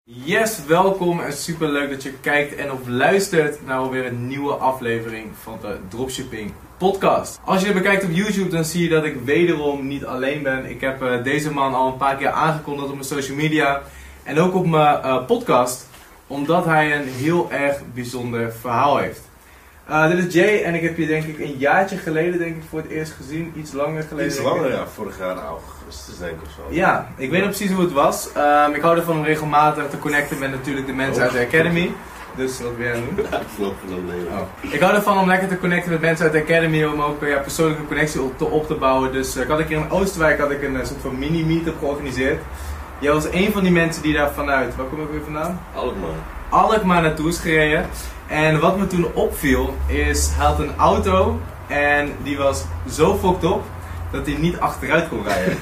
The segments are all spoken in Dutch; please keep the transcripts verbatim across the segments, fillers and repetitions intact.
Yes, welkom en super leuk dat je kijkt en of luistert naar weer een nieuwe aflevering van de Dropshipping Podcast. Als je het bekijkt op YouTube, dan zie je dat ik wederom niet alleen ben. Ik heb uh, deze man al een paar keer aangekondigd op mijn social media en ook op mijn uh, podcast, omdat hij een heel erg bijzonder verhaal heeft. Uh, dit is Jay en ik heb je denk ik een jaartje geleden denk ik voor het eerst gezien, iets langer geleden. Iets langer, ja, vorig jaar augustus denk ik of zo. Ja, ik weet nog precies hoe het was. Um, ik hou ervan om regelmatig te connecten met natuurlijk de mensen Oh. uit de Academy. Dus wat ben jij aan het doen? Ja, ik vlog van een leven. Oh. Ik hou ervan om lekker te connecten met mensen uit de Academy, om ook ja, persoonlijke connectie op te, op te bouwen. Dus uh, ik had een keer in Oosterwijk had ik een uh, soort van mini-meetup georganiseerd. Jij was een van die mensen die daar vanuit, waar kom ik weer vandaan? Alkmaar. Alkmaar naartoe is gereden. En wat me toen opviel is, hij had een auto en die was zo fucked op dat hij niet achteruit kon rijden.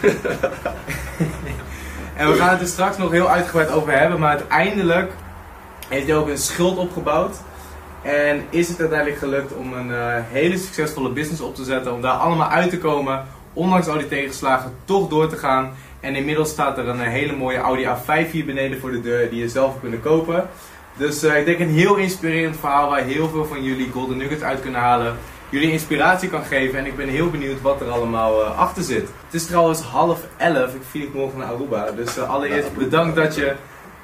En we gaan het er straks nog heel uitgebreid over hebben, maar uiteindelijk heeft hij ook een schuld opgebouwd. En is het uiteindelijk gelukt om een uh, hele succesvolle business op te zetten, om daar allemaal uit te komen, ondanks al die tegenslagen, toch door te gaan. En inmiddels staat er een uh, hele mooie Audi A vijf hier beneden voor de deur, die je zelf kunt kopen. Dus uh, ik denk een heel inspirerend verhaal waar heel veel van jullie golden nuggets uit kunnen halen. Jullie inspiratie kan geven en ik ben heel benieuwd wat er allemaal uh, achter zit. Het is trouwens half elf, ik vlieg morgen naar Aruba. Dus uh, allereerst bedankt dat je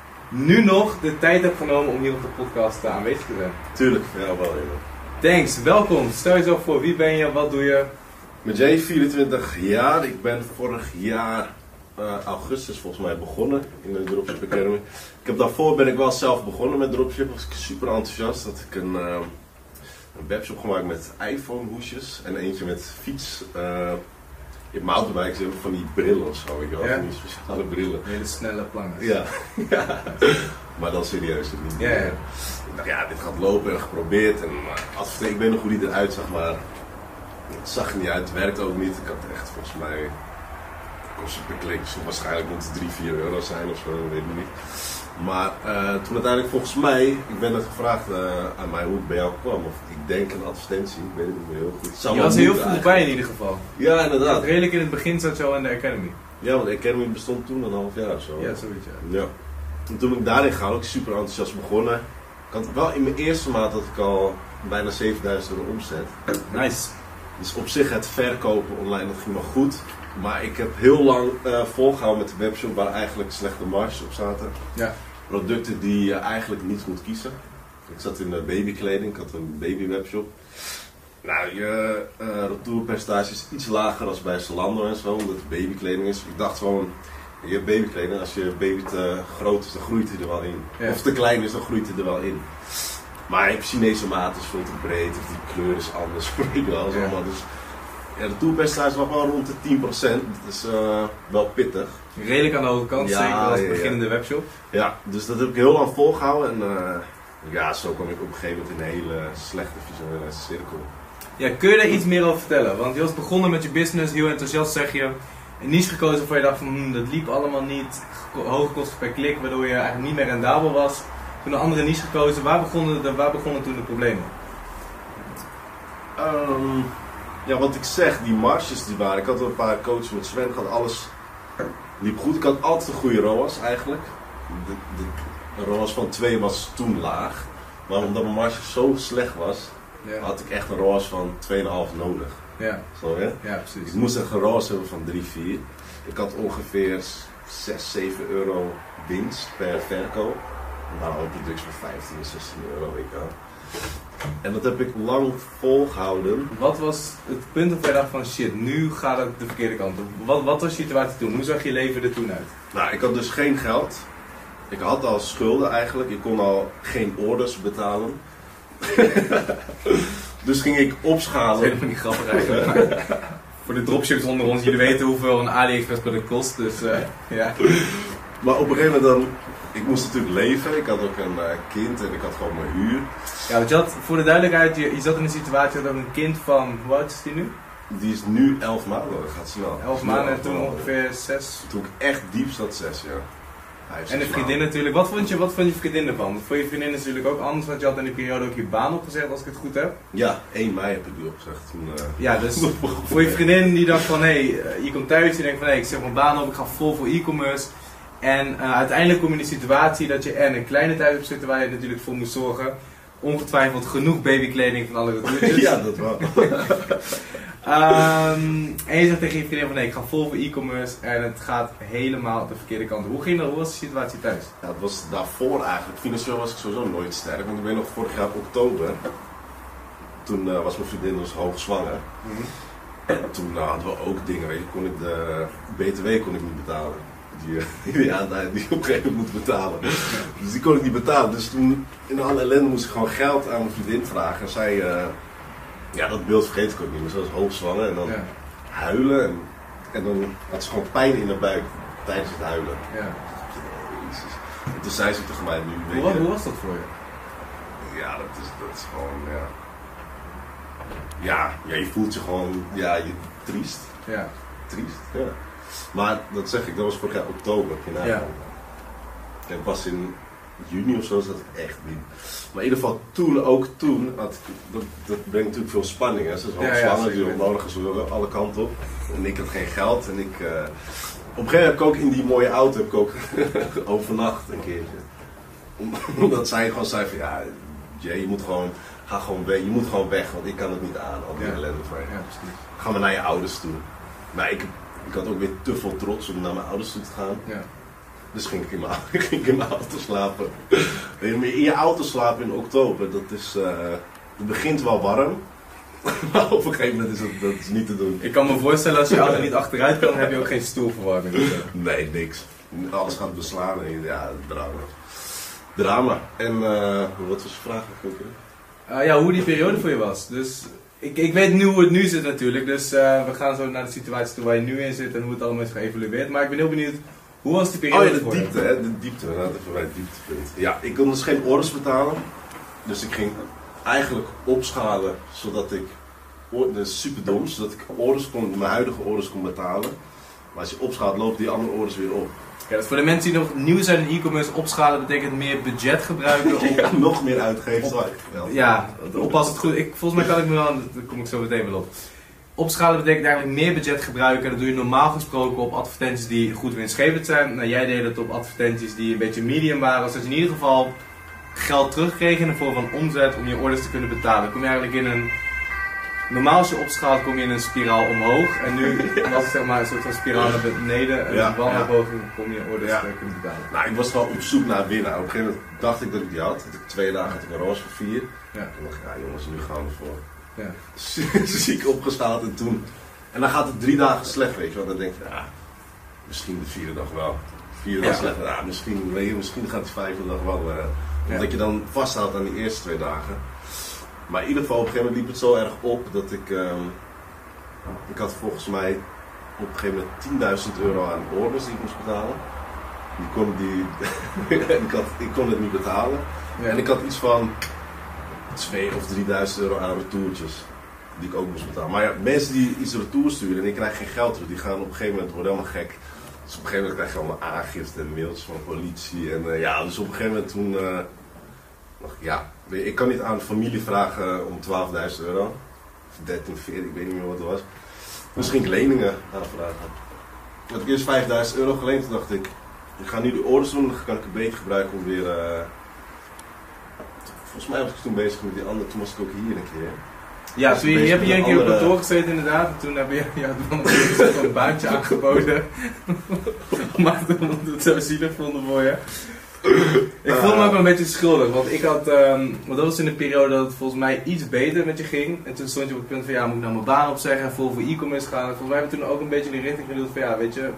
nu nog de tijd hebt genomen om hier op de podcast uh, aanwezig te zijn. Tuurlijk, voor jou wel even. Thanks, welkom. Stel jezelf voor, wie ben je, wat doe je? Met Jay, vierentwintig jaar. Ik ben vorig jaar uh, augustus volgens mij begonnen in de Dropship Academy. Ik heb daarvoor ben ik wel zelf begonnen met dropship. Was ik super enthousiast dat ik een, uh, een webshop gemaakt met iPhone hoesjes en eentje met fiets. Uh, je hebt mountainbikes hebben van die brillen of zo, weet je wel, Ja. van die speciale brillen. Hele snelle plangen. Ja, ja. Maar dan serieus het niet. Ja, ja. Ik dacht, ja, dit gaat lopen en geprobeerd. En, maar, adverteer- ik weet nog hoe die eruit zag, maar het zag er niet uit, het werkte ook niet. Ik had echt volgens mij, kostte per klik, dus waarschijnlijk moet het drie, vier euro zijn of zo, dat weet ik niet. Maar uh, toen uiteindelijk volgens mij, ik ben er gevraagd uh, aan mij hoe het bij jou kwam. Of ik denk een advertentie, ik weet het niet meer heel goed. Het zou Je wel was er heel moeten vroeg bij in eigenlijk. ieder geval. Ja, inderdaad. Redelijk in het begin zat je al in de Academy. Ja, want de Academy bestond toen een half jaar of zo. Ja, zoiets ja. Ja. En toen ik daarin ga, ook super enthousiast begonnen. Ik had wel in mijn eerste maand dat ik al bijna zevenduizend euro omzet. Nice. Dus op zich het verkopen online, dat ging wel goed. Maar ik heb heel lang uh, volgehouden met de webshop waar eigenlijk slechte marges op zaten. Ja. Producten die je eigenlijk niet moet kiezen. Ik zat in de babykleding, ik had een babywebshop. Nou, je uh, retourpercentage is iets lager dan bij Zalando en zo, omdat het babykleding is. Ik dacht gewoon, je hebt babykleding, als je baby te groot is, dan groeit hij er wel in. Ja. Of te klein is, dan groeit hij er wel in. Maar je hebt Chinese maat is veel te breed, of die kleur is anders, weet je wel. Ja. Allemaal. Dus ja, de retourpercentage was wel rond de tien procent, dat is uh, wel pittig. Redelijk aan de hoge kant, Ja, zeker als ja, ja. beginnende webshop. Ja, dus dat heb ik heel lang volgehouden en uh, ja, zo kwam ik op een gegeven moment in een hele slechte visuele cirkel. Ja, kun je daar iets meer over vertellen? Want je was begonnen met je business, heel enthousiast zeg je. Een niche gekozen waarvan je dacht van hm, dat liep allemaal niet. Geko- Hoge kosten per klik, waardoor je eigenlijk niet meer rendabel was. Toen een andere niche gekozen, waar begonnen, de, waar begonnen toen de problemen? Um, ja, wat ik zeg, die marges die waren, ik had wel een paar coaches met Sven, had alles liep goed. Ik had altijd een goede R O A S eigenlijk. De, de, de R O A S van twee was toen laag, maar omdat mijn marge zo slecht was, Ja, had ik echt een R O A S van twee komma vijf nodig. ja, Zo, hè? ja Ik precies. moest een R O A S hebben van drie, vier. Ik had ongeveer zes, zeven euro winst per verkoop. En dan had ik producten van vijftien, zestien euro, weet je wel. En dat heb ik lang volgehouden. Wat was het punt waarop je dacht van shit, nu gaat het de verkeerde kant op? Wat, wat was je situatie toen? Hoe zag je leven er toen uit? Nou, ik had dus geen geld. Ik had al schulden eigenlijk. Ik kon al geen orders betalen. Dus ging ik Dat is opschalen. helemaal niet grappig eigenlijk. Maar voor de dropshippers onder ons, jullie weten hoeveel een AliExpress product kost. Dus uh, ja. Maar op een gegeven moment dan... Ik moest natuurlijk leven. Ik had ook een uh, kind en ik had gewoon mijn huur. Ja, want je had, voor de duidelijkheid, je, je zat in een situatie dat een kind van, hoe oud is die nu? Die is nu elf maanden. Dat gaat snel. elf Snel, maanden en elf toen maanden. ongeveer zes. Toen ik echt diep zat, zes jaar. Vijf, En de zes vriendin maanden. natuurlijk. Wat vond je, wat vond je vriendin ervan? Want voor je vriendin is natuurlijk ook anders, want je had in die periode ook je baan opgezegd, als ik het goed heb. Ja, één mei heb ik die opgezegd. Toen, uh, Ja, dus voor je vriendin die dacht van, hé, hey, je komt thuis, die denkt van, hé, hey, ik zeg mijn baan op, ik ga vol voor e-commerce. En uh, uiteindelijk kom je in de situatie dat je en een kleine tijd hebt zitten waar je natuurlijk voor moet zorgen. Ongetwijfeld genoeg babykleding van alle retourtjes. Ja, dat wel. um, en je zegt tegen je vriendin van nee, ik ga vol voor e-commerce en het gaat helemaal de verkeerde kant. Hoe ging dat? Hoe was de situatie thuis? Ja, het was daarvoor eigenlijk. Financieel was ik sowieso nooit sterk. Want ik weet nog vorig jaar oktober. Toen uh, was mijn vriendin dus hoogzwanger. Mm-hmm. En toen uh, hadden we ook dingen, weet je, kon ik de B T W kon ik niet betalen. Die, die, aan, die op een gegeven moment moet betalen. Dus die kon ik niet betalen. Dus toen in alle ellende moest ik gewoon geld aan mijn vriendin vragen. En zij, uh, ja dat beeld vergeet ik ook niet, maar ze was hoogzwanger en dan ja. huilen. En, en dan had ze gewoon pijn in haar buik tijdens het huilen. Ja. Jezus. En toen zei ze tegen mij nu... Hoe, hoe was dat voor je? Ja, dat is, dat is gewoon, ja... Ja, ja, je voelt je gewoon, ja, je, triest. Ja. Triest, ja. Maar dat zeg ik, dat was vorig jaar oktober. Ja. En pas in juni of zo zat ik echt niet. Maar in ieder geval toen, ook toen, had, dat, dat brengt natuurlijk veel spanning. Hè. Ze is hoogzwanger, die onnodige zorgen, alle kanten op. En ik had geen geld. En ik, uh, op een gegeven moment heb ik ook in die mooie auto heb ik ook overnacht een keertje. Omdat zij gewoon zei van, ja, Jay, je moet gewoon... Ga gewoon weg, je moet gewoon weg, want ik kan het niet aan, al die ja. ellende van je. Ja, precies. Ga maar naar je ouders toe. Maar ik, ik had ook weer te veel trots om naar mijn ouders toe te gaan. Ja. Dus ging ik in mijn, ging ik in mijn auto slapen. In je auto slapen in oktober, dat is, uh, het begint wel warm. Maar op een gegeven moment is het, dat is niet te doen. Ik kan me voorstellen, als je auto niet achteruit kan, heb je ook geen stoelverwarming. Nee, niks. Alles gaat beslaan en ja, drama. Drama. En uh, wat was je vraag? Uh, ja, hoe die periode voor je was. Dus ik, ik weet nu hoe het nu zit natuurlijk. Dus uh, we gaan zo naar de situatie toe waar je nu in zit en hoe het allemaal is geëvalueerd. Maar ik ben heel benieuwd, hoe was die periode oh, ja, de voor diepte, je? Hè? De diepte, dat is voor mij het dieptepunt. Ja, ik kon dus geen orders betalen. Dus ik ging eigenlijk opschalen zodat ik, dat is super dom, zodat ik orders kon, mijn huidige orders kon betalen. Maar als je opschaalt, lopen die andere orders weer op. Ja, dus voor de mensen die nog nieuw zijn in e-commerce, opschalen betekent meer budget gebruiken. Om... Ja, nog meer uitgeven. Op... Ja, oppas het goed. Ik, volgens mij kan ik me wel, daar kom ik zo meteen wel op. Opschalen betekent eigenlijk meer budget gebruiken. Dat doe je normaal gesproken op advertenties die goed winstgevend zijn. Nou, jij deed het op advertenties die een beetje medium waren. Zodat je in ieder geval geld terugkreeg in de vorm van omzet om je orders te kunnen betalen. Kom je eigenlijk in een... Normaal als je opschaalt kom je in een spiraal omhoog en nu was het zeg maar een soort van spiraal naar beneden en ja, een wandelpoging ja. kom je orders ja. kunnen betalen. Nou, ik was wel op zoek naar winnen. Op een gegeven moment dacht ik dat ik die had. Dat ik twee dagen had ik een roos voor vier. Ja. Toen dacht ik, ja jongens, nu gaan we voor. Ja. Ziek opgeschaald en toen. En dan gaat het drie dagen slecht, weet je wel. Dan denk je, ja, misschien de vierde dag wel. De vierde ja. dag slecht, ja, misschien, weet je, misschien gaat de vijfde dag wel. Uh, omdat ja. je dan vasthoudt aan die eerste twee dagen. Maar in ieder geval, op een gegeven moment liep het zo erg op dat ik, um, ik had volgens mij op een gegeven moment tienduizend euro aan orders die ik moest betalen. Die kon, die, ik, had, ik kon het niet betalen. Ja. En ik had iets van tweeduizend of drieduizend euro aan retourtjes die ik ook moest betalen. Maar ja, mensen die iets retour sturen en ik krijg geen geld terug, die gaan op een gegeven moment worden helemaal gek. Dus op een gegeven moment krijg je allemaal aangifte en mails van politie. En uh, ja, dus op een gegeven moment toen, uh, ja... Ik kan niet aan de familie vragen om twaalfduizend euro. Of dertien, veertien, ik weet niet meer wat het was. Dus ging ik leningen aanvragen. Toen had ik eerst vijfduizend euro geleend. Toen dacht ik, ik ga nu de orders doen. Dan kan ik een beetje gebruiken om weer... Uh... Volgens mij was ik toen bezig met die andere. Toen was ik ook hier een keer. Ja, toen je, je hebt hier een keer op kantoor gezeten inderdaad. En toen heb je ja, dan een baantje aangeboden. Maar omdat we het zo zielig vonden voor je. Ik voel me ook wel een beetje schuldig, want ik had, um, want dat was in de periode dat het volgens mij iets beter met je ging. En toen stond je op het punt van ja, moet ik nou mijn baan opzeggen en vol voor e-commerce gaan. En volgens mij hebben we toen ook een beetje in de richting geduwd van ja, weet je.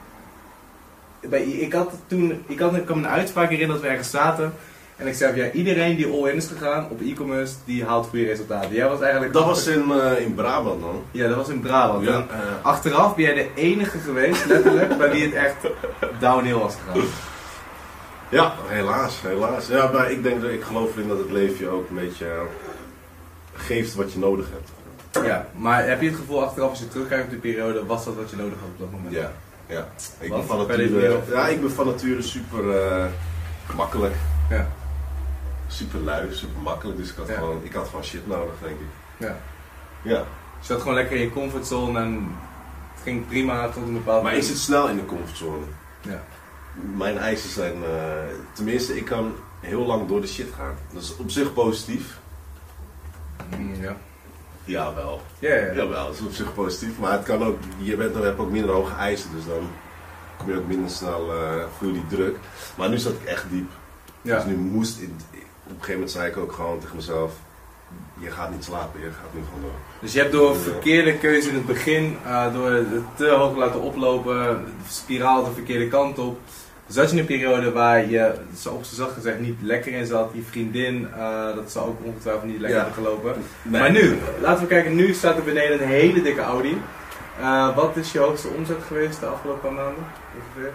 Bij, ik had toen, ik, had, ik kan me een uitspraak herinneren dat we ergens zaten. En ik zei van ja, iedereen die all-in is gegaan op e-commerce, die haalt goede resultaten. Jij was eigenlijk... Dat was in, uh, in Brabant dan? Ja, dat was in Brabant. Ja. En, uh, achteraf ben jij de enige geweest, letterlijk, bij wie het echt downhill was gegaan. Ja, helaas, helaas. Ja, maar ik denk dat ik geloof in dat het leven je ook een beetje geeft wat je nodig hebt. Ja, maar heb je het gevoel achteraf als je terugkijkt op die periode, was dat wat je nodig had op dat moment? Ja, ja. Ik ben van nature, ja, ik ben van nature super uh, makkelijk. Ja. Super lui, super makkelijk. Dus ik had, ja. gewoon, ik had gewoon shit nodig, denk ik. Ja. Ja. Je zat gewoon lekker in je comfortzone en het ging prima tot een bepaald Maar ik zit snel in de comfortzone. Ja. mijn eisen zijn, uh, tenminste ik kan heel lang door de shit gaan. Dat is op zich positief. Mm, ja. Jawel. Ja, ja. Jawel, dat is op zich positief. Maar het kan ook, je bent, dan heb je ook minder hoge eisen, dus dan kom je ook minder snel, uh, voel je die druk. Maar nu zat ik echt diep. Ja. Dus nu moest, ik, op een gegeven moment zei ik ook gewoon tegen mezelf, je gaat niet slapen, je gaat nu gewoon door. Dus je hebt door verkeerde keuze in het begin, uh, door het te hoog laten oplopen, de spiraal de verkeerde kant op, zat je in een periode waar je, zo op z'n zacht gezegd, niet lekker in zat. Die vriendin, uh, dat zal ook ongetwijfeld niet lekker hebben ja. gelopen. Nee. Maar nu, laten we kijken, nu staat er beneden een hele dikke Audi. Uh, wat is je hoogste omzet geweest de afgelopen paar maanden? Ongeveer?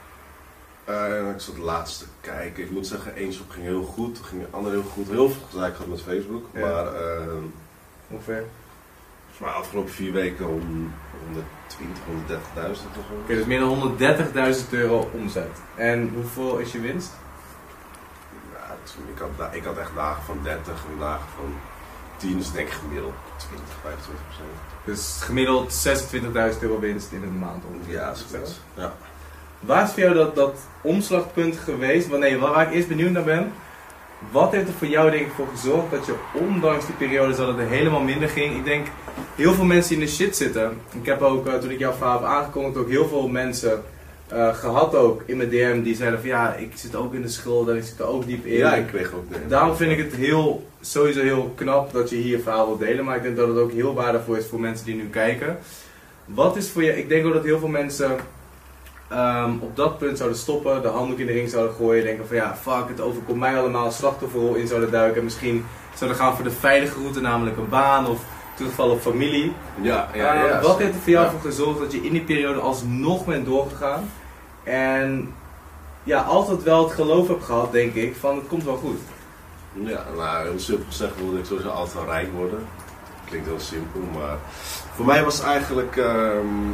Uh, ik zat het laatste kijken. Ik moet zeggen, één shop ging heel goed, toen ging de andere heel goed. Heel veel gezaak gehad met Facebook. Ja. Maar uh, ongeveer? Volgens mij afgelopen vier weken om honderdtwintig, honderddertigduizend of zo. Oké, okay, dus meer dan honderddertigduizend euro omzet. En hoeveel is je winst? Ja, dus ik, had, ik had echt dagen van dertig en dagen van tien, dus denk ik gemiddeld twintig, vijfentwintig procent. Dus gemiddeld zesentwintigduizend euro winst in een maand ongeveer. Ja, zoiets. Ja. Waar is voor jou dat, dat omslagpunt geweest? Want nee, waar ik eerst benieuwd naar ben. Wat heeft er voor jou denk ik voor gezorgd dat je ondanks die periode dat het helemaal minder ging? Ik denk heel veel mensen die in de shit zitten. Ik heb ook, uh, toen ik jouw verhaal heb aangekondigd, ook heel veel mensen uh, gehad ook in mijn D M die zeiden van ja, ik zit ook in de schuld en ik zit er ook diep in. Ja, ik kreeg ook nee, Daarom vind ik het heel, sowieso heel knap dat je hier je verhaal wilt delen. Maar ik denk dat het ook heel waardevol is voor mensen die nu kijken. Wat is voor je, ik denk ook dat heel veel mensen Um, op dat punt zouden stoppen, de handdoek in de ring zouden gooien, denken van ja, fuck, het overkomt mij allemaal, slachtofferrol in zouden duiken en misschien zouden gaan voor de veilige route, namelijk een baan of terugvallen op familie. Ja, ja, ja, uh, wat heeft er voor jou ja. voor gezorgd dat je in die periode alsnog bent doorgegaan en ja, altijd wel het geloof hebt gehad, denk ik, van het komt wel goed? Ja, nou, heel simpel gezegd wilde ik sowieso altijd wel rijk worden. Klinkt heel simpel, maar voor mij was het eigenlijk... Um,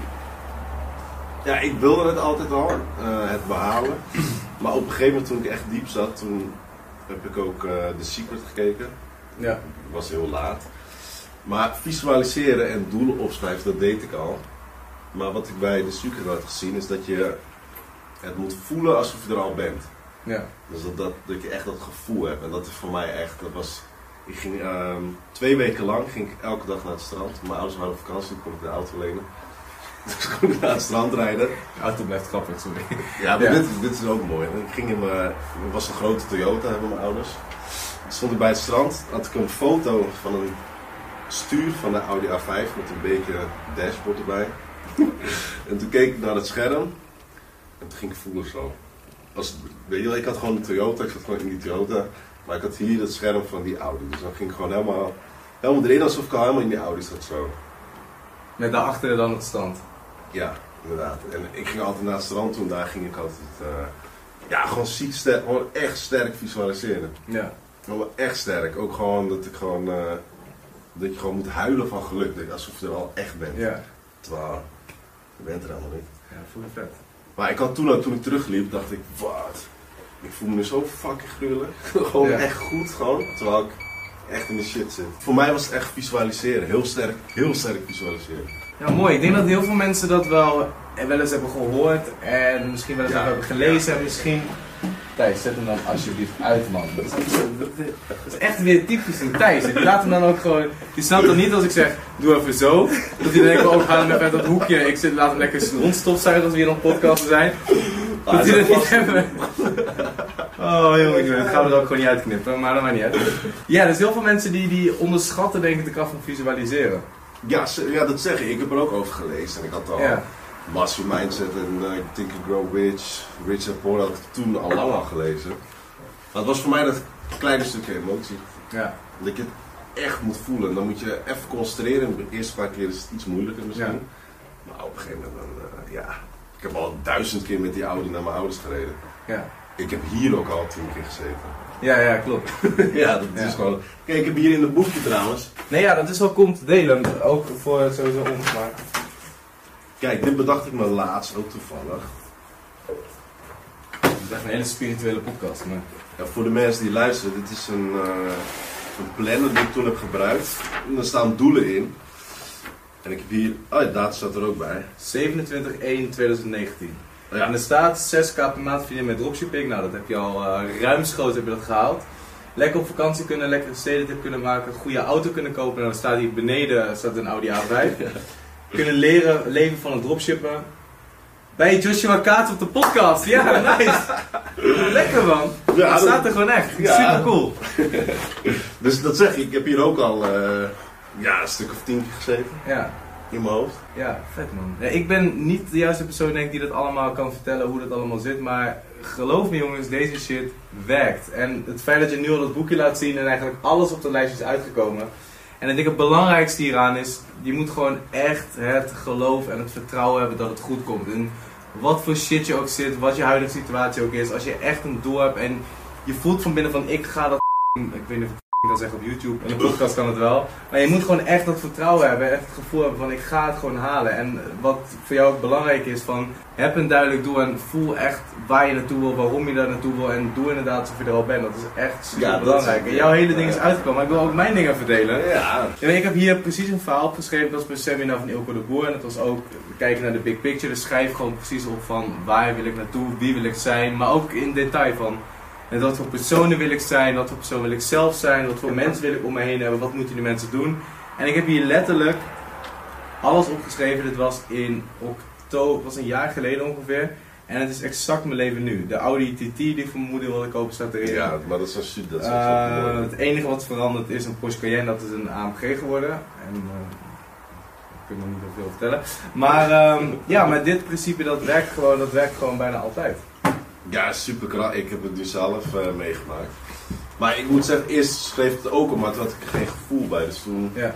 Ja, ik wilde het altijd al, uh, het behalen. Maar op een gegeven moment toen ik echt diep zat, toen heb ik ook uh, The Secret gekeken. Ja. Het was heel laat. Maar visualiseren en doelen opschrijven, dat deed ik al. Maar wat ik bij The Secret had gezien is dat je het moet voelen alsof je er al bent. Ja. Dus dat, dat, dat je echt dat gevoel hebt. En dat is voor mij echt, dat was... Ik ging uh, twee weken lang ging ik elke dag naar het strand. Mijn ouders waren op vakantie, toen kon ik de auto lenen. Dus kon ik naar het strand rijden. De auto blijft grappig, sorry. Ja, maar ja. Dit, dit is ook mooi. Ik ging in mijn, het was een grote Toyota, hebben mijn ouders. Toen stond ik bij het strand, had ik een foto van een stuur van de Audi A vijf met een beetje dashboard erbij. En toen keek ik naar het scherm en toen ging ik voelen zo. Als, weet je, ik had gewoon een Toyota, ik zat gewoon in die Toyota, maar ik had hier het scherm van die Audi. Dus dan ging ik gewoon helemaal, helemaal erin alsof ik al helemaal in die Audi zat zo. Met daarachter dan het strand. Ja, inderdaad. En ik ging altijd naar het strand toe, daar ging ik altijd, uh, ja, gewoon ziek sterk, gewoon echt sterk visualiseren. Ja. Gewoon echt sterk. Ook gewoon dat ik gewoon, uh, dat je gewoon moet huilen van geluk, alsof je er al echt bent. Ja. Terwijl, je bent er helemaal niet. Ja, voel je vet. Maar ik had toen, toen ik terugliep, dacht ik, wat? Ik voel me nu zo fucking gruwelijk. Gewoon ja. echt goed, gewoon. Terwijl ik echt in de shit zit. Voor mij was het echt visualiseren. Heel sterk, heel sterk visualiseren. Ja, mooi. Ik denk dat heel veel mensen dat wel, wel eens hebben gehoord en misschien wel eens ja. hebben gelezen en misschien... Thijs, zet hem dan alsjeblieft uit, man. Dat is, dat is echt weer typisch een Thijs. Die laat hem dan ook gewoon... Die snapt dan niet als ik zeg, doe even zo. Dat hij dan denkt, ook gaan met dat hoekje. Ik zit, laat hem lekker rondstofzuigen als we hier op podcasten zijn. Dat hij dat niet hebben. Oh jongen, dat gaan we er ook gewoon niet uitknippen, maar dat maakt niet uit. Ja, er zijn heel veel mensen die, die onderschatten denk ik de kracht van visualiseren. Ja, ja, dat zeg ik. Ik heb er ook over gelezen. En ik had al ja. Master Mindset en uh, Think and Grow Rich, Rich and Poor, had ik toen al lang al gelezen. Maar het was voor mij dat kleine stukje emotie. Ja. Dat je het echt moet voelen. Dan moet je even concentreren. De eerste paar keer is het iets moeilijker misschien. Ja. Maar op een gegeven moment, dan, uh, ja. Ik heb al duizend keer met die Audi naar mijn ouders gereden. Ja. Ik heb hier ook al tien keer gezeten. Ja, ja, klopt. Ja, dat ja. is gewoon... Kijk, ik heb hier in het boekje trouwens. Nee, ja, dat is wel cool te delen. Ook voor sowieso ons, maar... Kijk, dit bedacht ik me laatst ook toevallig. Het is echt een hele spirituele podcast, maar... Ja, voor de mensen die luisteren, dit is een, uh, een planner die ik toen heb gebruikt. En er staan doelen in. En ik heb hier... Oh, de datum staat er ook bij. zevenentwintig één tweeduizend negentien. Ja. En er staat zes k per maand verdienen met dropshipping. Nou, dat heb je al uh, ruimschoots heb je dat gehaald. Lekker op vakantie kunnen, lekker een stedentip kunnen maken, een goede auto kunnen kopen. Nou, dan staat hier beneden staat een Audi A vijf. Ja. Kunnen leren leven van het dropshippen. Bij Joshua Kaats op de podcast. Ja, nice. Lekker man. Ja, dat staat er gewoon echt. Ja. Super cool. Dus dat zeg ik. Ik heb hier ook al uh, ja, een stuk of tien keer gezeten. Ja. In mijn hoofd. Ja, vet man. Ja, ik ben niet de juiste persoon denk ik die dat allemaal kan vertellen hoe dat allemaal zit. Maar geloof me jongens, deze shit werkt. En het feit dat je nu al dat boekje laat zien en eigenlijk alles op de lijstje is uitgekomen. En ik denk het belangrijkste hieraan is, je moet gewoon echt het geloof en het vertrouwen hebben dat het goed komt. En wat voor shit je ook zit, wat je huidige situatie ook is, als je echt een doel hebt en je voelt van binnen van ik ga dat ik weet niet of ik dat zeg op YouTube, en een podcast kan het wel. Maar je moet gewoon echt dat vertrouwen hebben, echt het gevoel hebben van ik ga het gewoon halen. En wat voor jou ook belangrijk is van, heb een duidelijk doel en voel echt waar je naartoe wil, waarom je daar naartoe wil en doe inderdaad alsof je er al bent. Dat is echt super ja, belangrijk. Is, en jouw hele ding is uitgekomen, maar ik wil ook mijn dingen verdelen. Ja. Ja, ik heb hier precies een verhaal opgeschreven, dat was bij een seminar van Ilko de Boer en dat was ook kijken naar de big picture. Dus schrijf gewoon precies op van waar wil ik naartoe, wie wil ik zijn, maar ook in detail van en wat voor personen wil ik zijn, wat voor persoon wil ik zelf zijn, wat voor mensen wil ik om me heen hebben, wat moeten die mensen doen. En ik heb hier letterlijk alles opgeschreven, dit was in oktober, was een jaar geleden ongeveer. En het is exact mijn leven nu. De Audi T T die voor mijn moeder wilde kopen staat erin. Ja, maar dat is een super. Uh, het enige wat veranderd is een Porsche Cayenne, dat is een A M G geworden. En uh, ik kan nog niet zoveel vertellen. Maar um, ja, maar dit principe dat werkt gewoon, dat werkt gewoon bijna altijd. Ja, super krachtig. Ik heb het nu zelf uh, meegemaakt. Maar ik moet zeggen, eerst schreef het ook op, maar toen had ik er geen gevoel bij. Dus toen... Ja.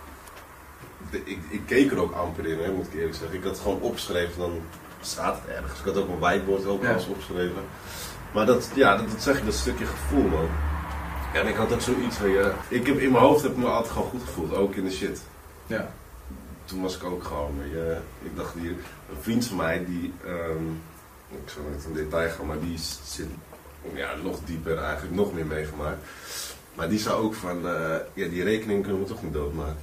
De, ik, ik keek er ook amper in, hè, moet ik eerlijk zeggen. Ik had het gewoon opgeschreven, dan staat het ergens. Ik had ook een whiteboard ook ja. alles opgeschreven. Maar dat, ja, dat, dat zeg ik, dat stukje gevoel, man. Ja, en ik had ook zoiets van, ja... Ik heb in mijn hoofd heb ik me altijd gewoon goed gevoeld, ook in de shit. Ja. Toen was ik ook gewoon, ja, ik dacht hier... Een vriend van mij, die... Um, ik zal niet in detail gaan, maar die zit ja, nog dieper eigenlijk, nog meer meegemaakt. Maar die zou ook van, uh, ja, die rekening kunnen we toch niet doodmaken.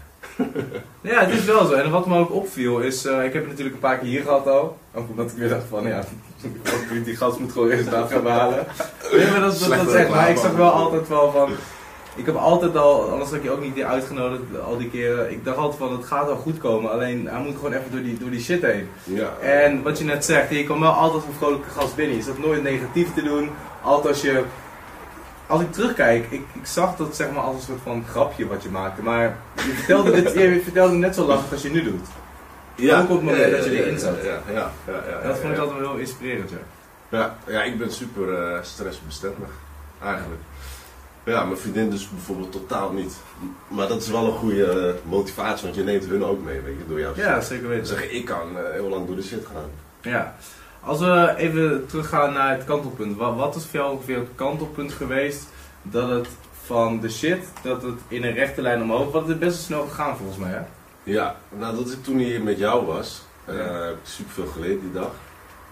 Ja, het is wel zo. En wat me ook opviel is, uh, ik heb het natuurlijk een paar keer hier gehad al. Ook omdat ik weer dacht van, ja, die gast moet gewoon resultaat gaan behalen. Nee, maar dat, dat, dat zegt, maar ik zag wel altijd wel van... Ik heb altijd al, anders had ik je ook niet uitgenodigd al die keren, ik dacht altijd van het gaat wel goed komen, alleen hij moet gewoon even door die, door die shit heen. Ja. En wat je net zegt, je komt wel altijd een vrolijke gast binnen, je zat nooit negatief te doen, altijd als je, als ik terugkijk, ik, ik zag dat zeg maar als een soort van grapje wat je maakte, maar je vertelde, dit, je vertelde net zo lachend als je nu doet. Ja. Ook op het moment ja, ja, dat je erin zat. Ja, ja, ja, ja, ja, dat vond ik ja. altijd wel heel inspirerend. Ja, ja, ja ik ben super uh, stressbestendig, eigenlijk. Ja, mijn vriendin dus bijvoorbeeld totaal niet. Maar dat is wel een goede uh, motivatie, want je neemt hun ook mee, weet je, door jou. Ja, zeker weten. Zeggen, ik kan uh, heel lang door de shit gaan. Ja. Als we even teruggaan naar het kantelpunt. Wat, wat is voor jou ongeveer het kantelpunt geweest dat het van de shit, dat het in een rechte lijn omhoog, wat het best wel snel gegaan volgens mij, hè? Ja, nou dat ik toen hier met jou was, uh, heb ik super veel geleerd die dag.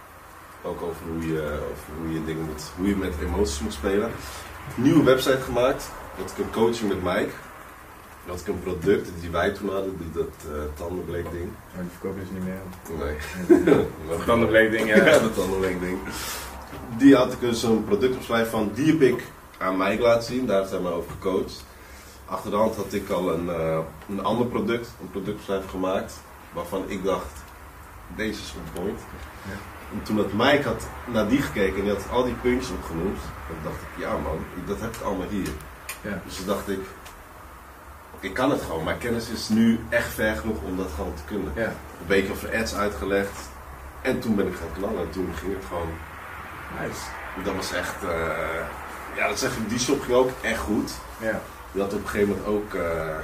Ook over hoe je, over hoe je dingen moet, hoe je met emoties moet spelen. Nieuwe website gemaakt, had ik een coaching met Mike. Dan had ik een product die wij toen hadden, die dat uh, tandenbleek ding. Maar die verkoop je ze niet meer. Nee. Dat tandenbleek ding, ja. Ja, dat tandenbleek ding. Die had ik dus een productopschrijving van, die heb ik aan Mike laten zien, daar heeft hij mij over gecoacht. Achter de hand had ik al een, uh, een ander product, een productopschrijving gemaakt, waarvan ik dacht, deze is on point. Ja. En toen had Mike had naar die gekeken en die had al die puntjes opgenoemd. En toen dacht ik, ja man, dat heb ik allemaal hier. Ja. Dus toen dacht ik, ik kan het gewoon. Mijn kennis is nu echt ver genoeg om dat gewoon te kunnen. Ja. Een beetje over ads uitgelegd. En toen ben ik gaan knallen en toen ging het gewoon. Nice. Dat was echt, uh, ja dat zeg ik, die shop ging ook echt goed. Ja. Die had op een gegeven moment ook, uh,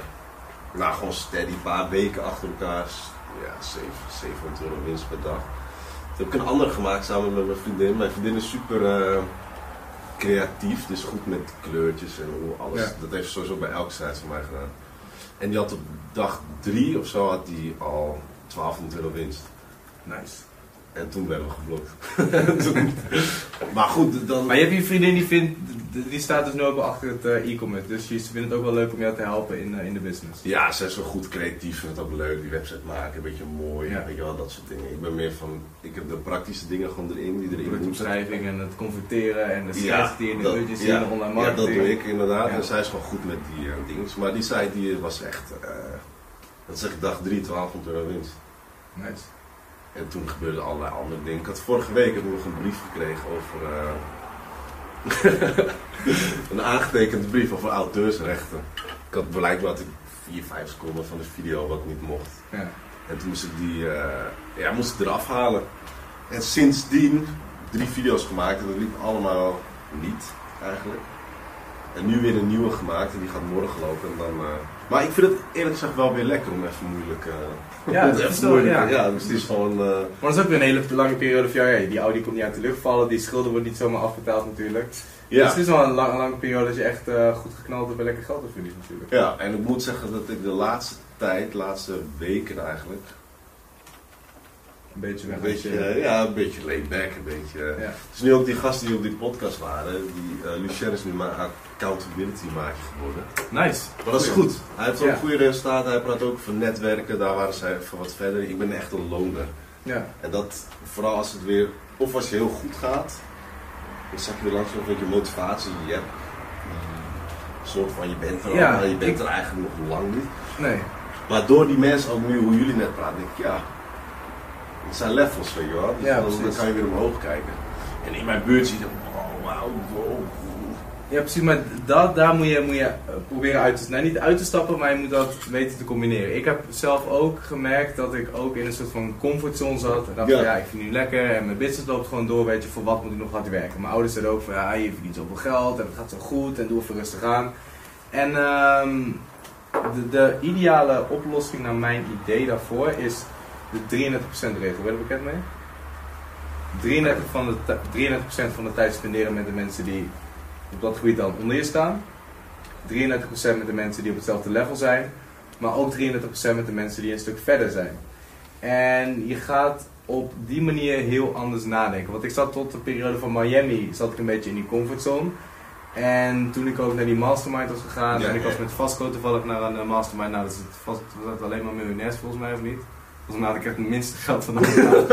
nou gewoon steady, een paar weken achter elkaar, ja, zevenhonderd euro winst per dag. Toen heb ik een andere gemaakt samen met mijn vriendin. Mijn vriendin is super uh, creatief, dus goed met kleurtjes en hoe alles. Ja. Dat heeft ze sowieso bij elke site van mij gedaan. En die had op dag drie of zo had die al twaalfhonderd euro winst. Nice. En toen werden we geblokt. toen, maar goed, dan... Maar je hebt je vriendin die vindt die staat dus nu ook wel achter het uh, e-commerce. Dus ze vinden het ook wel leuk om jou te helpen in, uh, in de business. Ja, ze is wel goed creatief, vindt het ook leuk, die website maken, een beetje mooi, Ja. weet je wel, dat soort dingen. Ik ben meer van, ik heb de praktische dingen gewoon erin, die erin De moeten. beschrijving en het converteren en de Ja, schets die in de dat- uurtjes ja, zien, de online Ja, marketing. dat doe ik inderdaad. Ja. En zij is gewoon goed met die uh, dingen. Maar die site die was echt, uh, dat zeg ik dag drie, twaalfhonderd euro winst. Nice. En toen gebeurden allerlei andere dingen. Ik had vorige week heb ik nog een brief gekregen over uh, een aangetekende brief over auteursrechten. Ik had blijkbaar had ik vier, vijf seconden van de video wat niet mocht. Ja. En toen moest ik die uh, ja, moest ik eraf halen. En sindsdien drie video's gemaakt en dat liep allemaal niet eigenlijk. En nu weer een nieuwe gemaakt en die gaat morgen lopen. En dan, uh... Maar ik vind het eerlijk gezegd wel weer lekker om even moeilijk. Uh... Ja, dat is wel, ja. ja, dus het is gewoon. Uh... Maar dat is ook weer een hele lange periode voor jou. Ja, die Audi komt niet uit de lucht vallen, die schulden worden niet zomaar afbetaald natuurlijk. Ja. Dus het is wel een, lang, een lange periode dat je echt uh, goed geknald hebt en lekker geld hebt verdiend natuurlijk. Ja, en ik moet zeggen dat ik de laatste tijd, de laatste weken eigenlijk. Een beetje weg. Een beetje, uh, ja, een beetje laid back, een beetje. Uh... Ja. Dus nu ook die gasten die op die podcast waren, die uh, Lucien is nu mijn accountability maatje geworden. Nice. Maar dat is goed. Hij heeft ook Ja. goede resultaten, hij praat ook van netwerken, daar waren zij even wat verder. Ik ben echt een loner. Ja. En dat, vooral als het weer, of als je heel goed gaat, dan zak je weer langzaam dat je motivatie je hebt. Een soort van, je bent er al, Ja, maar je bent ik- er eigenlijk nog lang niet. Nee. Maar door die mensen, ook nu hoe jullie net praten, denk ik, ja, het zijn levels, weet je wel. Dus Ja, dan, dan precies. kan je weer omhoog kijken. En in mijn buurt zie je, oh, wauw, wow. Ja, precies, maar dat, daar moet je, moet je uh, proberen uit te, nou, niet uit te stappen, maar je moet dat weten te combineren. Ik heb zelf ook gemerkt dat ik ook in een soort van comfortzone zat. En dacht Ja. van ja, ik vind het nu lekker en mijn business loopt gewoon door, weet je, voor wat moet ik nog hard werken. Mijn ouders zeiden ook van ja, je verdient zoveel geld en het gaat zo goed en doe even rustig aan. En ehm, de, de ideale oplossing naar mijn idee daarvoor is de drieëndertig procent regel. Ben je er bekend mee? drieëndertig procent van de, ti- drieëndertig procent van de tijd spenderen met de mensen die op dat gebied dan onder je staan. drieëndertig procent met de mensen die op hetzelfde level zijn. Maar ook drieëndertig procent met de mensen die een stuk verder zijn. En je gaat op die manier heel anders nadenken. Want ik zat tot de periode van Miami, zat ik een beetje in die comfortzone. En toen ik ook naar die mastermind was gegaan, Ja, en ik was ja. met Vasco toevallig naar een uh, mastermind, nou dat is het vast, was het alleen maar miljonairs volgens mij of niet? Volgens mij had ik echt het minste geld van allemaal.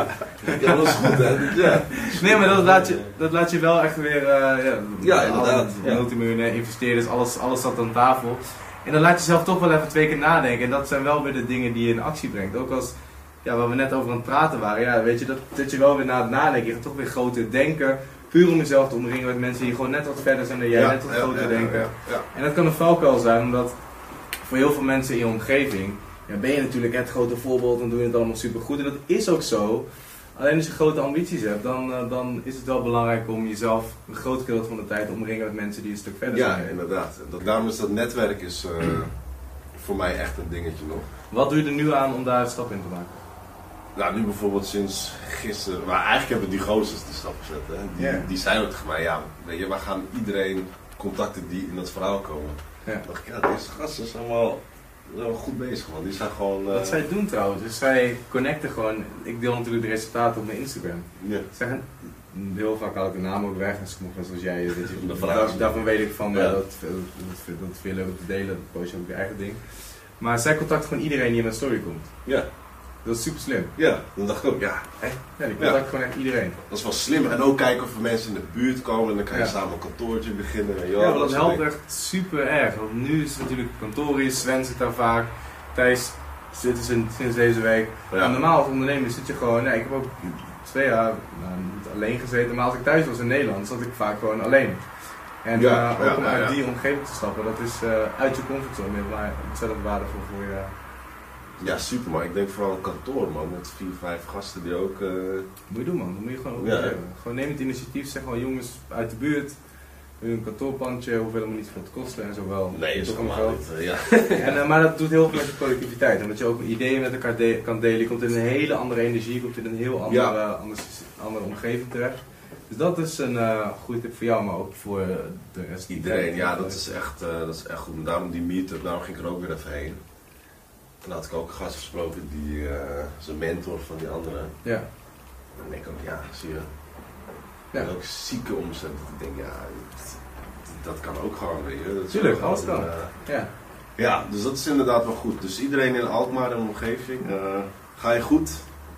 Ja, dat is goed, hè? Ja. Nee, maar dat laat je, dat laat je wel echt weer, uh, ja, Ja, inderdaad, alle ja. multimiljonair investeerders, alles, alles zat aan tafel. En dan laat je zelf toch wel even twee keer nadenken. En dat zijn wel weer de dingen die je in actie brengt. Ook als, ja, waar we net over aan het praten waren, ja, weet je, dat, dat je wel weer na het nadenken, je gaat toch weer groter denken. Puur om jezelf te omringen met mensen die gewoon net wat verder zijn dan jij, Ja, net wat ja, groter ja, denken. ja, ja. En dat kan een valkuil zijn, omdat voor heel veel mensen in je omgeving, ja, ben je natuurlijk het grote voorbeeld en doe je het allemaal supergoed. En dat is ook zo. Alleen als je grote ambities hebt, dan, uh, dan is het wel belangrijk om jezelf een groot gedeelte van de tijd te omringen met mensen die een stuk verder Ja, zijn. inderdaad. Dat, daarom is dat netwerk is, uh, voor mij echt een dingetje nog. Wat doe je er nu aan om daar een stap in te maken? Nou, nu bijvoorbeeld sinds gisteren, maar eigenlijk hebben die gozers die stap gezet. Hè. Die, Ja. die zijn ook tegen mij, ja, weet je, we gaan iedereen contacten die in dat verhaal komen. Ja. Dan dacht ik, ja, deze gasten zijn wel, wel goed bezig, man. Die zijn gewoon... Uh, Wat zij doen trouwens, dus zij connecten gewoon, ik deel natuurlijk de resultaten op mijn Instagram. ja. Zeggen, heel vaak haal ik de naam ook weg en sommige zoals jij, weet je, De daar- vraag. daarvan weet ik van, Ja. ja. dat, dat, dat, dat vind je leuk om te delen, dat post je ook je eigen ding. Maar zij contacten gewoon iedereen die in mijn story komt. Ja, Dat is super slim. ja, dan dacht ik ook, ja, hè, Ja, die contact gewoon echt iedereen. dat is wel slim. En ook kijken of er mensen in de buurt komen en dan kan je Ja. samen een kantoortje beginnen. weet je Ja, wel, maar dat soort helpt dingen. echt super erg. Want nu is het natuurlijk kantoor is, Sven zit daar vaak, Thijs zit er sinds, sinds deze week. Ja. En normaal als ondernemer zit je gewoon, nee, ik heb ook twee jaar nou, niet alleen gezeten, maar als ik thuis was in Nederland zat ik vaak gewoon alleen. En Ja, uh, ook ja, om ja, uit ja. die omgeving te stappen, dat is uh, uit je comfortzone, maar ontzettend waardevol voor je. Ja, super, maar ik denk vooral een kantoor, man, met vier, vijf gasten die ook... uh, Moet je doen, man, dat moet je gewoon ook Ja. doen. Gewoon neem het initiatief, zeg gewoon jongens uit de buurt, een kantoorpandje, hoeft helemaal niet veel te kosten en zo wel. Nee, is toch toch nog helemaal wel. niet. uh, ja. En, uh, maar dat doet heel veel met je productiviteit. Omdat je ook ideeën met elkaar de- kan delen. Je komt in een hele andere energie. Je komt in een heel andere, Ja. andere, andere omgeving terecht. Dus dat is een uh, goede tip voor jou, maar ook voor uh, de rest. Iedereen, ja, dat is echt, uh, dat is echt goed. En daarom die meetup, daarom ging ik er ook weer even heen. En dan had ik ook een gast gesproken, die uh, is een mentor van die andere. Ja. En dan denk ik ook, ja, zie je. Ja. En ook zieke omzet. Ik denk, ja, het- dat kan ook gewoon, weet je. Dat Tuurlijk, alles kan. Uh, ja. ja, dus dat is inderdaad wel goed. Dus iedereen in Alkmaar en omgeving, uh, ga je goed?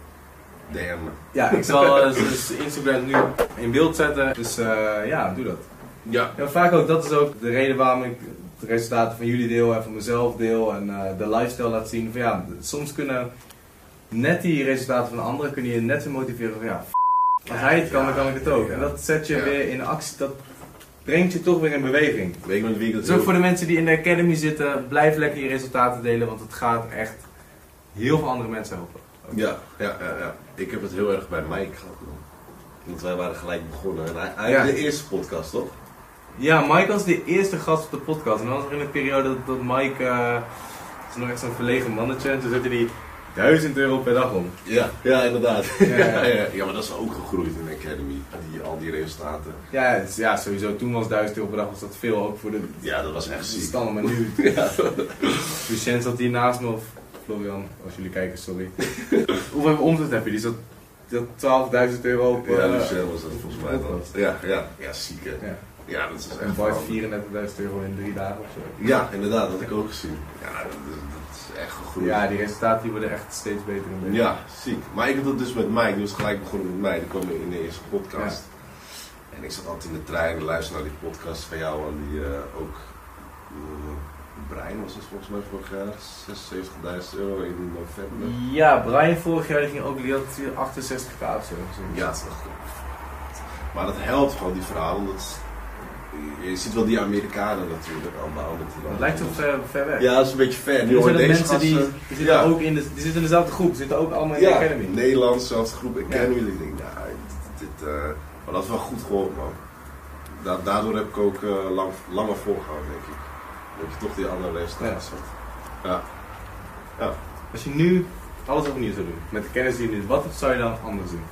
D M me. Ja, ik zal uh, dus Instagram nu in beeld zetten, dus uh, ja, doe dat. Ja. ja. Vaak ook, dat is ook de reden waarom ik de resultaten van jullie deel en van mezelf deel en uh, de lifestyle laat zien. Van, ja, soms kunnen net die resultaten van anderen kun je net zo motiveren van ja, f***, als hij het kan, dan kan ik het ook. En dat zet je ja. weer in actie, dat brengt je toch weer in beweging. Weet je met wie ik dat dus ook voor de mensen die in de academy zitten, blijf lekker je resultaten delen, want het gaat echt heel veel andere mensen helpen. Ja, ja, ja, ja. Ik heb het heel erg bij Mike gehad. Want wij waren gelijk begonnen. En hij, hij ja. de eerste podcast, toch? Ja, Mike was de eerste gast op de podcast. En dan was er in een periode dat, dat Mike, uh, is nog echt zo'n verlegen mannetje, en toen zette hij duizend euro per dag om. Ja, ja inderdaad. Ja, ja. ja, ja, maar dat is ook gegroeid in de Academy, die, al die resultaten. Ja, dus, ja, sowieso. Toen was duizend euro per dag was dat veel ook voor de... Ja, dat was echt ziek. Stand, maar nu... ja. Lucien zat hier naast me, of Florian, als jullie kijken, sorry. Hoeveel omzet heb je? Die zat... twaalfduizend euro op... Ja, Lucien was dat volgens mij dan. Ja, ja, ja, ziek hè. Ja. Ja, dat is echt... En Bart vierendertigduizend euro in drie dagen of zo. Ja, inderdaad, dat heb ik ook gezien. Ja, dat, dat is echt gegroeid. Ja, die resultaten die worden echt steeds beter en beter. Ja, ziek. Maar ik had dat dus met Mike, die was gelijk begonnen met mij. Die kwam in de eerste podcast. Ja. En ik zat altijd in de trein en luisterde naar die podcast van jou en die uh, ook... Uh, Brian was het volgens mij vorig jaar, zesenzeventigduizend euro in november. Ja, Brian vorig jaar die ging ook, die had achtenzestig k of zo. Ja, dat is echt goed. Maar dat helpt gewoon, die verhalen. Dat, je ziet wel die Amerikanen natuurlijk allemaal. Het lijkt toch ver, ver weg? Ja, dat is een beetje ver. Nu zijn deze mensen die, die, zitten ja. ook in de, die zitten in dezelfde groep, die zitten ook allemaal in ja, de Academy. Nederlands, zelfs groep Academy. Ja. Ik denk, ja, dit, dit, uh, maar dat is wel goed geholpen, man. Da daardoor heb ik ook uh, lang, langer volgehouden, denk ik. Dat je toch die andere resultaten zet. Ja. Ja. Als je nu alles opnieuw zou doen, met de kennis die je nu, wat zou je dan anders doen?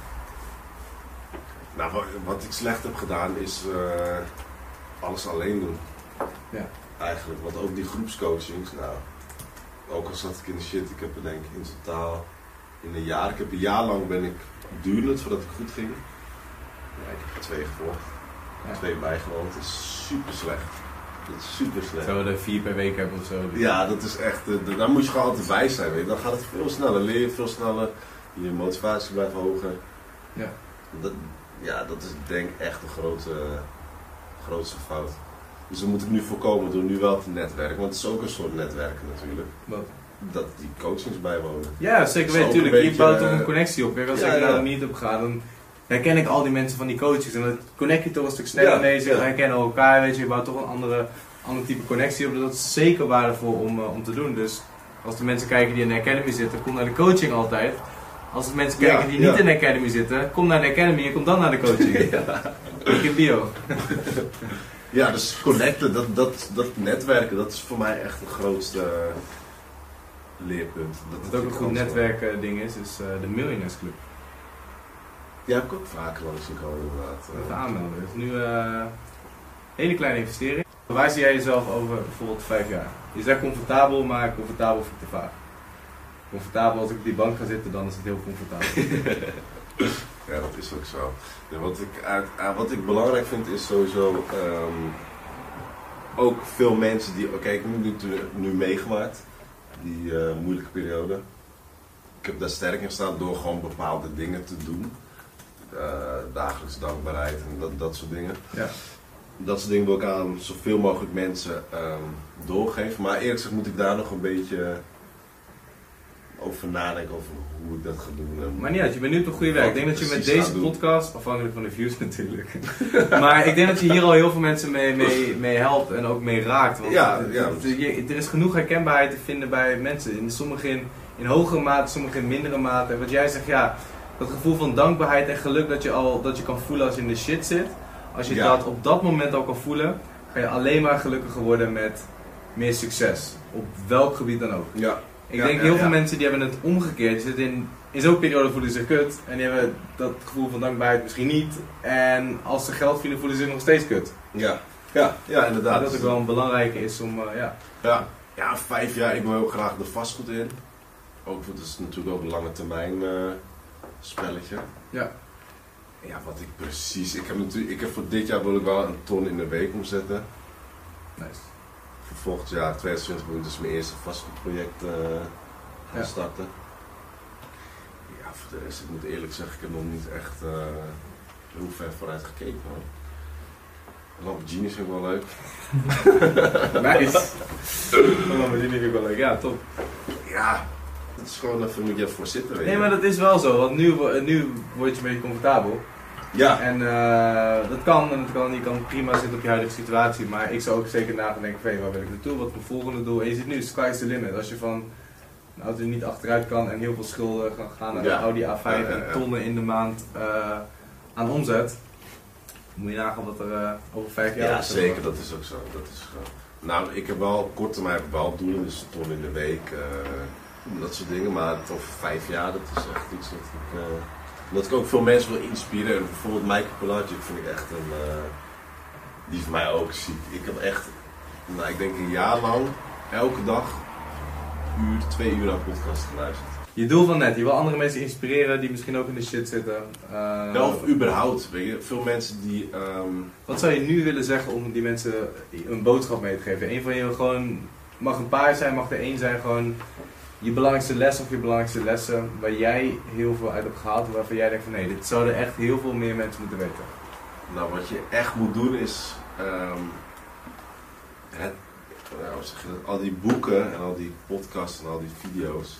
Nou, wat, wat ik slecht heb gedaan is uh, alles alleen doen. Ja. Eigenlijk, want ook die groepscoachings, nou, ook al zat ik in de shit, ik heb er denk ik in totaal, in een jaar, ik heb een jaar lang ben ik duurend voordat ik goed ging. Ja, ik heb er twee gevolgd, ja. twee bijgewoond, het is super slecht. Dat is super slecht. Zou we er vier per week hebben of zo? Ja, dat is echt, uh, daar moet je gewoon altijd bij zijn, weet je. Dan gaat het veel sneller, leer je veel sneller, je motivatie blijft hoger. Ja. Dat, ja, dat is denk ik echt de grote, grootste fout. Dus dat moet ik nu voorkomen door nu wel te netwerken, want het is ook een soort netwerken natuurlijk. Wat? Dat die coachings bijwonen. Ja, zeker weten, natuurlijk. Je beetje, bouwt toch een connectie op. Kijk, als ja, ik daar ja. niet op ga, dan herken ik al die mensen van die coaches en dan connect je toch een stuk sneller ja, mee, ze ja. herkennen elkaar, weet je, je bouwt toch een andere, ander type connectie op. Dus dat is zeker waardevol om, uh, om te doen. Dus als de mensen kijken die in de Academy zitten, kom naar de coaching altijd. Als de mensen kijken ja, die ja. niet in de Academy zitten, kom naar de Academy en kom dan naar de coaching. ja. Ik heb bio. Ja, dus connecten, dat, dat, dat netwerken, dat is voor mij echt het grootste leerpunt. Dat Wat ook een goed netwerk ding is, is uh, de Millionaires Club. Ja, heb ik ook vaker langs gekomen inderdaad. Even aanmelden. Het is nu uh, een hele kleine investering. Waar zie jij jezelf over bijvoorbeeld vijf jaar? Je zegt comfortabel, maar comfortabel vind ik te vaak. Comfortabel, als ik op die bank ga zitten, dan is het heel comfortabel. Ja, dat is ook zo. Ja, wat, ik, uh, wat ik belangrijk vind is sowieso um, ook veel mensen die, oké, okay, ik heb het nu, nu meegemaakt, die uh, moeilijke periode. Ik heb daar sterk in gestaan door gewoon bepaalde dingen te doen. Uh, dagelijkse dankbaarheid en dat, dat soort dingen. Ja. Dat soort dingen wil ik aan zoveel mogelijk mensen um, doorgeven. Maar eerlijk gezegd moet ik daar nog een beetje over nadenken over hoe ik dat ga doen. Maar niet uit, je bent nu op de goede weg. Ik denk dat je met deze podcast, afhankelijk van de views natuurlijk, maar ik denk dat je hier al heel veel mensen mee, mee, mee helpt en ook mee raakt. Want ja, ja. Er is genoeg herkenbaarheid te vinden bij mensen. In sommige in, in hogere mate, sommige in mindere mate. En wat jij zegt, ja, dat gevoel van dankbaarheid en geluk dat je, al, dat je kan voelen als je in de shit zit. Als je ja. dat op dat moment al kan voelen, ga je alleen maar gelukkiger worden met meer succes. Op welk gebied dan ook. Ja. Ik ja, denk ja, heel veel ja. mensen die hebben het omgekeerd. Die zitten in, in zo'n periode voelen ze zich kut. En die hebben dat gevoel van dankbaarheid misschien niet. En als ze geld vinden voelen ze zich nog steeds kut. Ja, ja, ja inderdaad. Maar dat ook wel een belangrijke is om, uh, ja. ja. Ja, vijf jaar. Ik wil ook graag de vastgoed in. Ook, dat is natuurlijk ook een lange termijn uh, spelletje. Ja. Ja, wat ik precies... Ik heb, natuurlijk, ik heb voor dit jaar wil ik wel een ton in de week omzetten. Nice. Voor volgend jaar, tweeduizend twintig, moet ik dus mijn eerste vastgoedproject uh, gaan Ja. starten. Ja, voor de rest, ik moet eerlijk zeggen, ik heb nog niet echt uh, heel ver vooruit gekeken. Hoor. Lamborghini vind ik wel leuk. Nice. Lamborghini vind ik wel leuk, ja, top. Ja, dat is gewoon even, moet je even voor zitten. Weet Nee, je. maar dat is wel zo, want nu, wo- nu word je een beetje comfortabel. Ja. En uh, dat kan, en dat kan, je kan prima zitten op je huidige situatie, maar ik zou ook zeker na gaan denken van, hey, waar wil ik naartoe, wat is mijn volgende doel? En je ziet nu, sky is the limit. Als je van een auto die niet achteruit kan en heel veel schulden gaan gaan naar Ja. een Audi A vijf Ja, ja, ja. en tonnen in de maand uh, aan omzet, moet je nagaan wat er uh, over vijf jaar Ja, is. zeker, dat is ook zo. Dat is gewoon... Nou, ik heb wel, kort termijn heb ik wel doelen, dus een ton in de week, uh, dat soort dingen, maar over vijf jaar, dat is echt iets dat ik, uh, dat ik ook veel mensen wil inspireren. Bijvoorbeeld Michael Pelagic vind ik echt een, uh, die voor mij ook ziek. Ik heb echt, nou ik denk een jaar lang, elke dag, uur, twee uur aan podcast geluisterd. Je doel van net, je wil andere mensen inspireren die misschien ook in de shit zitten. Uh, Ja, of überhaupt, weet je, veel mensen die... Um, Wat zou je nu willen zeggen om die mensen een boodschap mee te geven? Een van je gewoon, mag een paar zijn, mag er één zijn, gewoon je belangrijkste les of je belangrijkste lessen waar jij heel veel uit hebt gehaald, waarvan jij denkt van nee, dit zouden echt heel veel meer mensen moeten weten. Nou, wat je echt moet doen is, um, het, nou, hoe zeg je dat, al die boeken en al die podcasts en al die video's,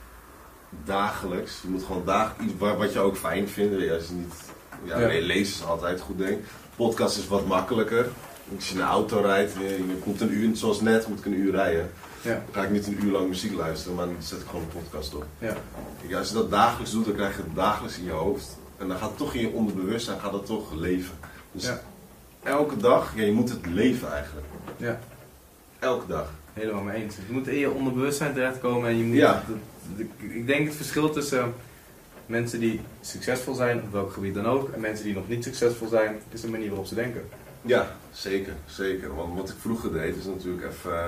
dagelijks, je moet gewoon dagelijks iets wat je ook fijn vindt, als je niet, ja, Ja. nee, lezen is altijd goed denk. Podcast is wat makkelijker, als je in een auto rijdt, je, je moet een uur, zoals net, moet ik een uur rijden. Ja. Dan ga ik niet een uur lang muziek luisteren, maar dan zet ik gewoon een podcast op. Ja. Kijk, als je dat dagelijks doet, dan krijg je het dagelijks in je hoofd. En dan gaat het toch in je onderbewustzijn gaat dat toch leven. Dus Ja. elke dag, ja, je moet het leven eigenlijk. Ja. Elke dag. Helemaal mee eens. Je moet in je onderbewustzijn terechtkomen en je moet... Ja. dat- dat- ik denk het verschil tussen mensen die succesvol zijn, op welk gebied dan ook, en mensen die nog niet succesvol zijn, is de manier waarop ze denken. Ja, zeker, zeker. Want wat ik vroeger deed, is natuurlijk even... Uh,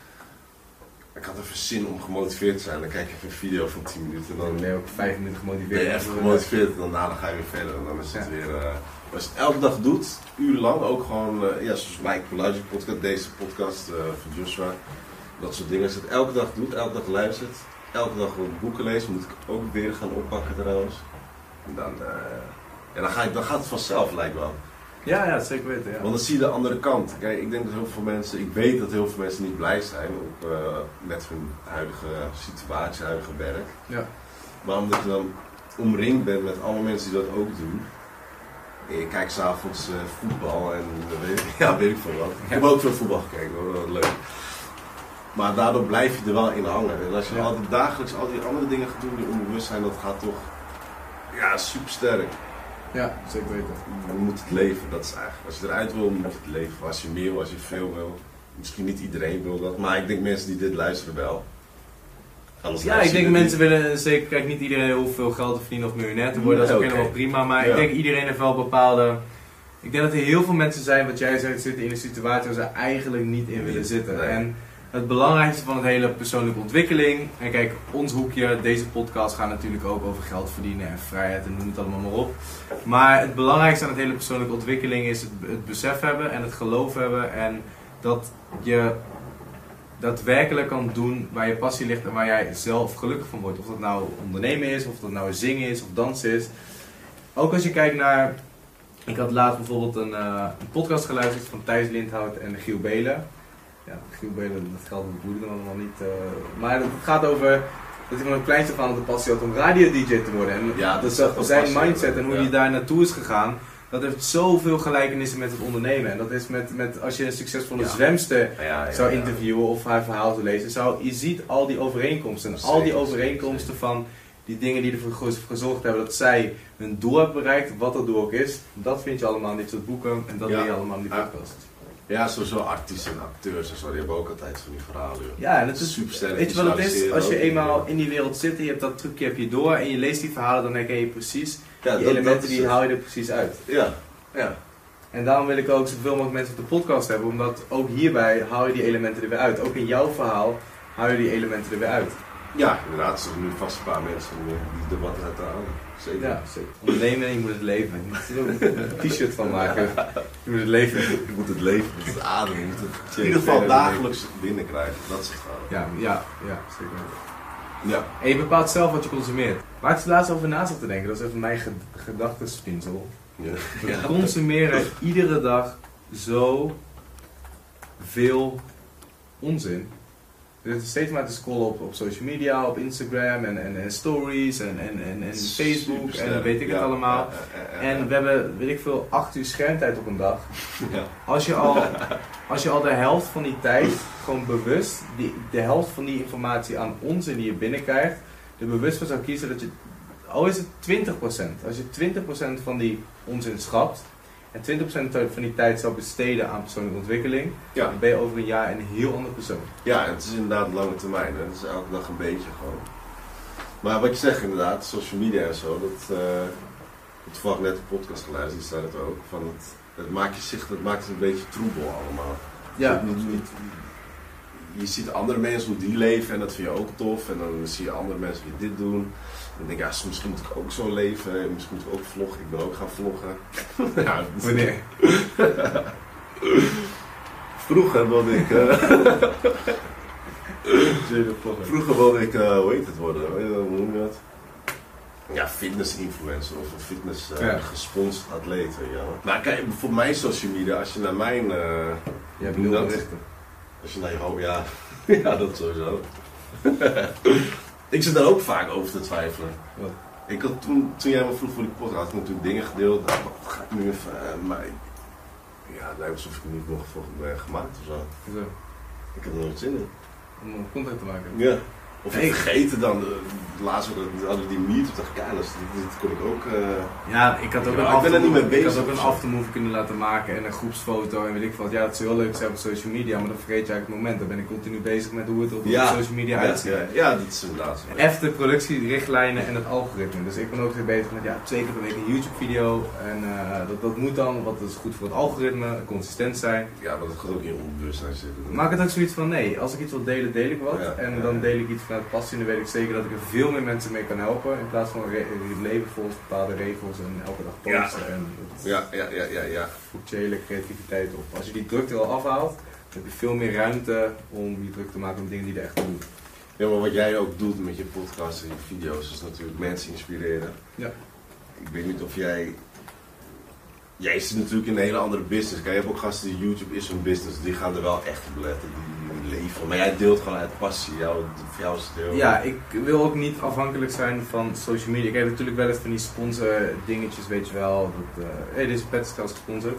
ik had even zin om gemotiveerd te zijn. Dan kijk je even een video van tien minuten en dan Dan ben je ook vijf minuten gemotiveerd. ben je even gemotiveerd en daarna dan ga je weer verder. En dan is het Ja. weer... Uh, als je het elke dag doet, urenlang, ook gewoon... Uh, ja, zoals Mike Pelagic podcast, deze podcast uh, van Joshua. Dat soort dingen. Als je het elke dag doet, elke dag luistert, elke dag wat boeken lezen, moet ik ook weer gaan oppakken trouwens. En dan, uh, ja, dan, ga ik, dan gaat het vanzelf, lijkt wel. Ja, ja, zeker weten. Ja. Want dan zie je de andere kant. Kijk, ik denk dat heel veel mensen, ik weet dat heel veel mensen niet blij zijn op, uh, met hun huidige situatie, huidige werk. Ja. Maar omdat je dan omringd bent met allemaal mensen die dat ook doen. En je kijkt s'avonds uh, voetbal en uh, weet, ja, weet ik veel wat. Ik heb ook veel voetbal gekeken hoor, dat was leuk. Maar daardoor blijf je er wel in hangen. En als je Ja. altijd dagelijks al die andere dingen gaat doen, die onbewustzijn, dat gaat toch ja, super sterk. Ja, zeker weten. Je moet het leven, dat is eigenlijk. Als je eruit wil, moet je het leven. Als je meer wil, als je veel wil. Misschien niet iedereen wil dat, maar ik denk mensen die dit luisteren wel. Anders Ja, ik luisteren denk die- mensen willen zeker, kijk niet iedereen hoeft veel geld te verdienen of miljonair te worden, dat is ook Nee, oké. helemaal prima, maar Ja. ik denk iedereen heeft wel bepaalde... Ik denk dat er heel veel mensen zijn, wat jij zegt, zitten in een situatie waar ze eigenlijk niet in willen Niet, zitten. nee. En het belangrijkste van het hele persoonlijke ontwikkeling, en kijk, ons hoekje, deze podcast gaat natuurlijk ook over geld verdienen en vrijheid en noem het allemaal maar op. Maar het belangrijkste aan het hele persoonlijke ontwikkeling is het, het besef hebben en het geloof hebben en dat je daadwerkelijk kan doen waar je passie ligt en waar jij zelf gelukkig van wordt. Of dat nou ondernemen is, of dat nou zingen is, of dansen is. Ook als je kijkt naar... Ik had laatst bijvoorbeeld een, uh, een podcast geluisterd van Thijs Lindhout en Giel Belen. Ja, Giel Belen, dat geldt met boeren allemaal niet. Uh, maar het gaat over dat hij van het kleinste van de passie had om radio-dj te worden. En Ja, dat dat is is echt wel zijn passie, mindset en hoe ja. hij daar naartoe is gegaan. Dat heeft zoveel gelijkenissen met het ondernemen. En dat is met, met als je een succesvolle Ja. zwemster Ja, ja, zou ja. interviewen of haar verhaal zou lezen, zou, je ziet al die overeenkomsten. En al die Zeker, overeenkomsten zeker. van die dingen die ervoor ge- gezorgd hebben dat zij hun doel hebben bereikt, wat dat doel ook is, dat vind je allemaal in dit soort boeken en dat Ja. leer je allemaal in die Ja. podcast. Ja, sowieso artiesten en acteurs en zo, die hebben ook altijd van die verhalen. Joh. Ja, en het is, Supersterk weet je wat het is? visualiseren Als je ook. eenmaal in die wereld zit en je hebt dat trucje heb je door en je leest die verhalen, dan herken je precies, Ja, die dat- elementen dat is die het. haal je er precies uit. Ja, ja. En daarom wil ik ook zoveel mogelijk mensen op de podcast hebben, omdat ook hierbij haal je die elementen er weer uit. Ook in jouw verhaal haal je die elementen er weer uit. Ja, inderdaad, er zijn nu vast een paar mensen die die debatten uit te halen. Zeker. Ja, zeker. Ondernemen, je moet het leven. Je moet er ook een t-shirt van maken. Je moet het leven. Je moet het leven, je moet het ademen, je moet het in ieder geval dagelijks binnenkrijgen. Dat is het gewoon. Ja, ja, ja, zeker. Ja. En je bepaalt zelf wat je consumeert. Waar ik er laatst over na zat te denken, dat is even mijn ged- gedachtenspinsel. Ja. We Ja. consumeren iedere dag zo veel onzin. Er is steeds maar te scrollen op, op social media, op Instagram en, en, en stories en, en, en, en Facebook Supersterk. en weet ik het Ja, allemaal. ja, ja, ja, ja. En we hebben, weet ik veel, acht uur schermtijd op een dag. Ja. Als je al, als je al de helft van die tijd gewoon bewust, die, de helft van die informatie aan onzin die je binnenkrijgt, er bewust voor zou kiezen dat je, al is het twintig procent, als je twintig procent van die onzin schrapt en twintig procent van die tijd zou besteden aan persoonlijke ontwikkeling, Ja. dan ben je over een jaar een heel ander persoon. Ja, het is inderdaad lange termijn. Hè. Het is elke dag een beetje gewoon. Maar wat je zegt inderdaad, social media en zo, dat... Uh, ik heb toevallig net een podcast geluisterd, die staat het ook. Van het, het maakt je zicht, het maakt het een beetje troebel allemaal. Ja, niet, niet, je ziet andere mensen hoe die leven en dat vind je ook tof. En dan zie je andere mensen die dit doen. En dan denk je, ja, misschien moet ik ook zo leven. Misschien moet ik ook vloggen. Ik ben ook gaan vloggen. Ja, dus wanneer? Vroeger wilde ik... Uh, vroeger wilde ik, uh, hoe heet het worden? Weet je, hoe noem je dat? Ja, fitness-influencer of een fitness uh, Ja. gesponsord atleet. Weet je wel. Nou, kijk, voor mijn social media, als je naar mijn... Uh, Je hebt hoe noem je nul dat? berichten. Als je naar je hoofd, ja. Ja, dat sowieso. Ik zit daar ook vaak over te twijfelen. Wat? Ik had toen, toen jij me vroeg voor die podcast, had ik natuurlijk dingen gedeeld. Nou, wat ga ik nu even... Uh, maar ik, ja, het lijkt alsof ik het niet nog voor ben gemaakt of zo. Zo, Ik heb er nooit zin in. om contact te maken. Ja. Of Nee. ik vergeten dan. Uh, laatst hadden we die meet op de Kalis. Dit, dit kon ik ook... Uh, Ja, ik had ook Ja, een ik ben er niet mee aftermove- ik had bezig ook een of zo. aftermove kunnen laten maken en een groepsfoto en weet ik wat. Ja, dat is heel leuk zijn op social media, maar dan vergeet je eigenlijk het moment. Dan ben ik continu bezig met hoe het er op Ja. social media ja, uitziet. ja, ja, dat is inderdaad zo. F de productierichtlijnen en het algoritme. Dus ik ben ook weer bezig met ja, twee keer per week een YouTube video. En uh, dat, dat moet dan, wat is goed voor het algoritme, consistent zijn. Ja, maar dat gaat ook in je onbewustzijn zitten. Maak het ook zoiets van nee, als ik iets wil delen, deel ik wat. Ja, en ja, dan ja. deel ik iets vanuit passie en dan weet ik zeker dat ik er veel meer mensen mee kan helpen. In plaats van re- leven volgens bepaalde regels en elke dag Ja. posten. En dat Ja, ja, ja, ja, ja. voegt je hele creativiteit op. Als je die druk er al afhaalt, dan heb je veel meer ruimte om je druk te maken om dingen die er echt toe doen. Ja, maar wat jij ook doet met je podcast en je video's is natuurlijk mensen inspireren. Ja. Ik weet niet of jij... Jij zit natuurlijk in een hele andere business. Kijk, je hebt ook gasten die YouTube is hun business. Die gaan er wel echt op letten. Die, die leven. Maar jij deelt gewoon uit passie. Jou, voor jou is het heel... Ja, ik wil ook niet afhankelijk zijn van social media. Ik heb natuurlijk wel eens van die sponsor dingetjes, weet je wel. Dat, uh, hey, deze pet is trouwens gesponsord.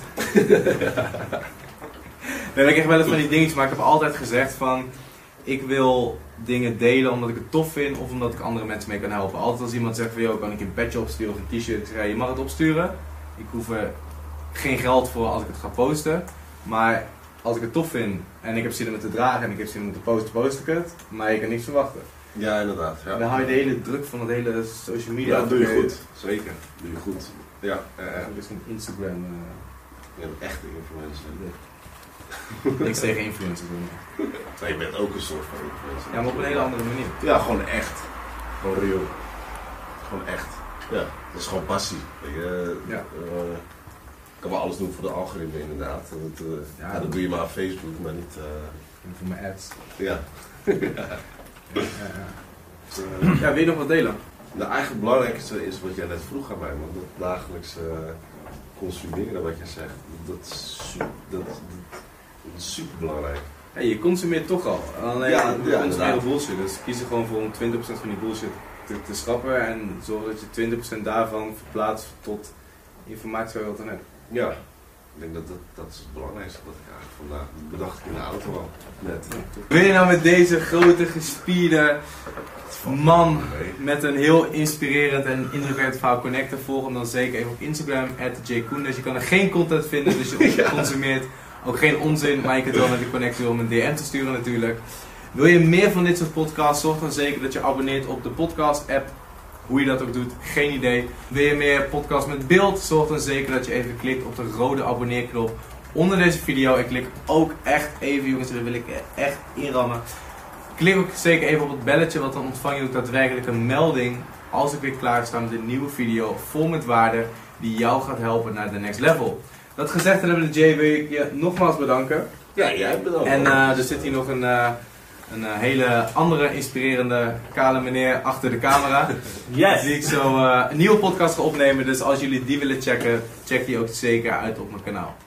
Nee, ik heb wel eens van die dingetjes, maar ik heb altijd gezegd van... Ik wil dingen delen omdat ik het tof vind of omdat ik andere mensen mee kan helpen. Altijd als iemand zegt van, joh, kan ik een petje opsturen of een t-shirt? Ik zeg, ja, je mag het opsturen. Ik hoef er geen geld voor als ik het ga posten. Maar als ik het tof vind en ik heb zin om het te dragen en ik heb zin om het te posten, post ik het. Maar je kan niks verwachten. Ja, inderdaad. Ja. En dan hou je de hele druk van het hele social media. Ja, dat doe je af. goed. Zeker. Doe je goed. Ja, uh, Dat is een Instagram. Uh, je bent een echte influencer. niks tegen influencers doen. Maar je bent ook een soort van influencer. Ja, maar op een hele andere manier. Ja, gewoon echt. Gewoon real. Gewoon echt. Ja, dat is gewoon passie. Weet je, Ja. uh, ik kan wel alles doen voor de algoritme inderdaad. Dat, uh, Ja, ja, dat doe je maar op Facebook, maar niet... Uh, En voor mijn ads. ja. Ja, ja. Dus, uh, Ja, wil je nog wat delen? nou, eigenlijk het belangrijkste is wat jij net vroeg aan mij, want dat dagelijks uh, consumeren wat je zegt, dat is super, dat, dat, dat is super belangrijk. Hey, je consumeert toch al. Alleen Ja, ja, ja, je consumeert inderdaad. bullshit. Dus kies er gewoon voor om twintig procent van die bullshit te, te schrappen en zorg dat je twintig procent daarvan verplaatst tot informatie waar je wat aan hebt. Ja, ik denk dat dat, dat is het belangrijkste wat ik eigenlijk vandaag bedacht ik in de auto al net. Wil je nou met deze grote, gespierde man met een heel inspirerend en indrukwekkend verhaal connecten? Volg hem dan zeker even op Instagram, at jkoenders. Je kan er geen content vinden, dus je Ja. consumeert ook geen onzin, maar je kunt wel met de connectie om een D M te sturen natuurlijk. Wil je meer van dit soort podcasts, zorg dan zeker dat je abonneert op de podcast app. Hoe je dat ook doet, geen idee. Wil je meer podcasts met beeld, zorg dan zeker dat je even klikt op de rode abonneerknop onder deze video. Ik klik ook echt even, jongens, daar wil ik echt inrammen. klik ook zeker even op het belletje, want dan ontvang je ook daadwerkelijk een melding als ik weer klaar sta met een nieuwe video vol met waarde die jou gaat helpen naar de next level. Dat gezegd hebben, Jay, wil ik je nogmaals bedanken. Ja, jij bedankt. En uh, er zit hier nog een, uh, een uh, hele andere inspirerende kale meneer achter de camera. Yes! Die ik zo uh, een nieuwe podcast ga opnemen, dus als jullie die willen checken, check die ook zeker uit op mijn kanaal.